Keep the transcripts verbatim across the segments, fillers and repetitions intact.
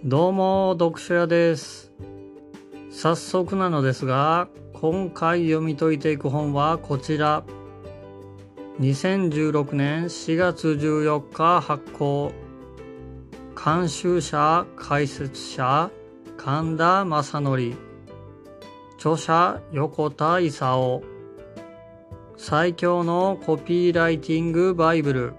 どうも読書屋です。早速なのですが、今回読み解いていく本はこちら。にせんじゅうろくねんしがつじゅうよっか発行。監修者解説者神田正則、著者横田勲。最強のコピーライティングバイブル。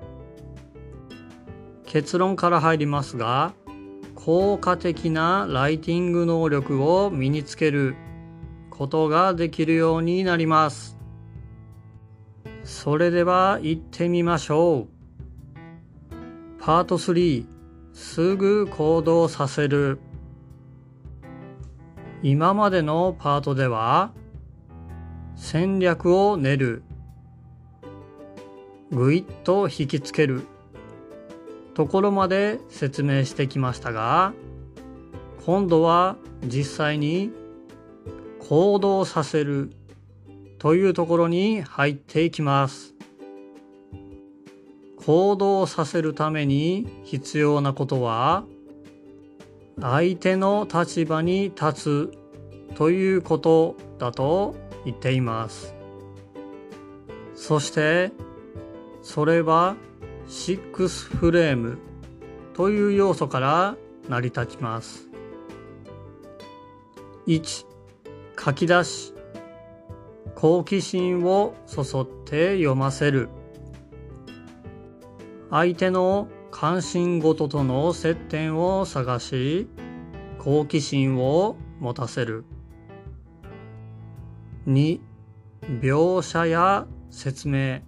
結論から入りますが、効果的なライティング能力を身につけることができるようになります。それでは行ってみましょう。パートスリー、すぐ行動させる。今までのパートでは、戦略を練る、ぐいっと引きつけるところまで説明してきましたが、今度は実際に行動させるというところに入っていきます。行動させるために必要なことは、相手の立場に立つということだと言っています。そしてそれはシックスフレームという要素から成り立ちます。いち、書き出し、好奇心をそそって読ませる。相手の関心事との接点を探し、好奇心を持たせる。に、描写や説明。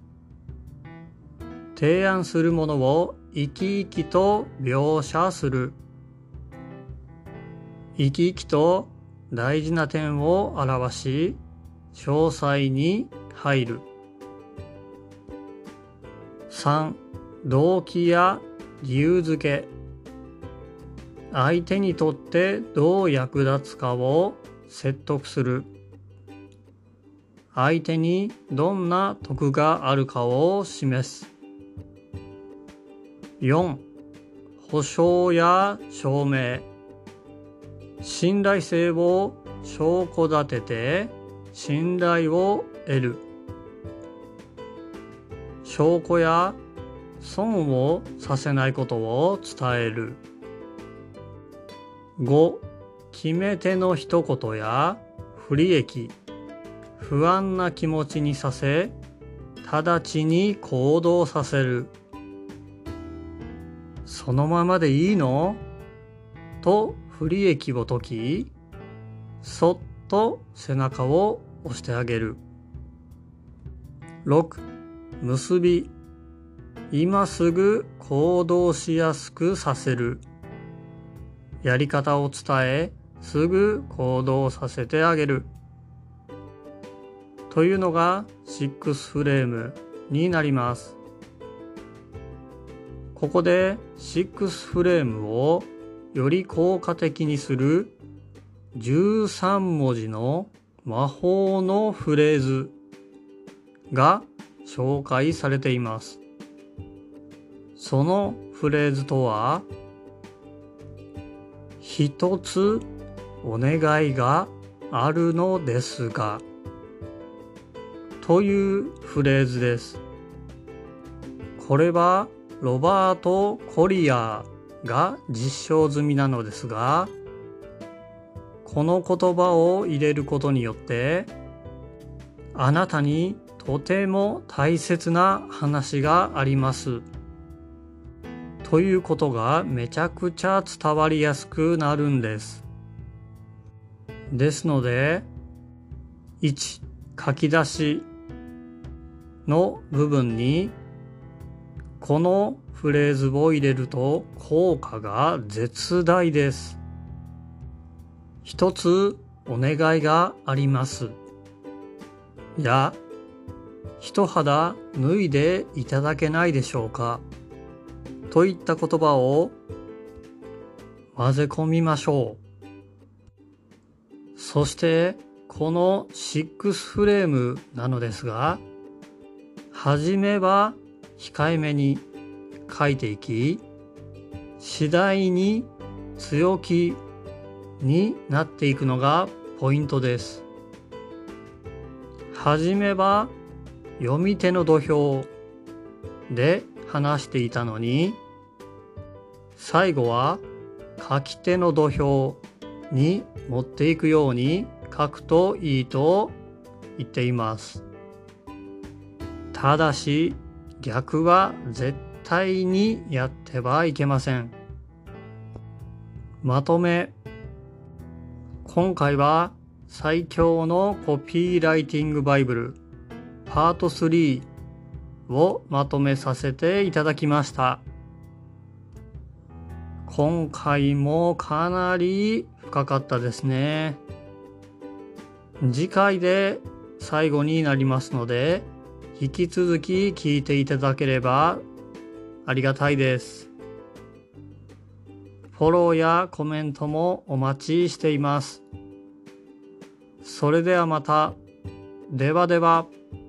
提案するものを生き生きと描写する。生き生きと大事な点を表し、詳細に入る。さん、動機や理由付け。相手にとってどう役立つかを説得する。相手にどんな得があるかを示す。よん、保証や証明。信頼性を証拠立てて信頼を得る。証拠や損をさせないことを伝える。ご、決め手の一言や不利益、不安な気持ちにさせ、直ちに行動させる。そのままでいいの？と不利益を解き、そっと背中を押してあげる。ろく、結び。今すぐ行動しやすくさせる。やり方を伝え、すぐ行動させてあげる。というのがシックスフレームになります。ここでシックスフレームをより効果的にするじゅうさんもじの魔法のフレーズが紹介されています。そのフレーズとは、一つお願いがあるのですがというフレーズです。これはロバート・コリアーが実証済みなのですが、この言葉を入れることによって、あなたにとても大切な話がありますということがめちゃくちゃ伝わりやすくなるんです。ですので、いち、書き出しの部分にこのフレーズを入れると効果が絶大です。一つお願いがあります。や、一肌脱いでいただけないでしょうか。といった言葉を混ぜ込みましょう。そしてこのシックスフレームなのですが、はじめは控えめに書いていき、次第に強気になっていくのがポイントです。はじめは読み手の土俵で話していたのに、最後は書き手の土俵に持っていくように書くといいと言っています。ただし逆は絶対にやってはいけません。まとめ。今回は最強のコピーライティングバイブルパートスリーをまとめさせていただきました。今回もかなり深かったですね。次回で最後になりますので、引き続き聞いていただければありがたいです。フォローやコメントもお待ちしています。それではまた。ではでは。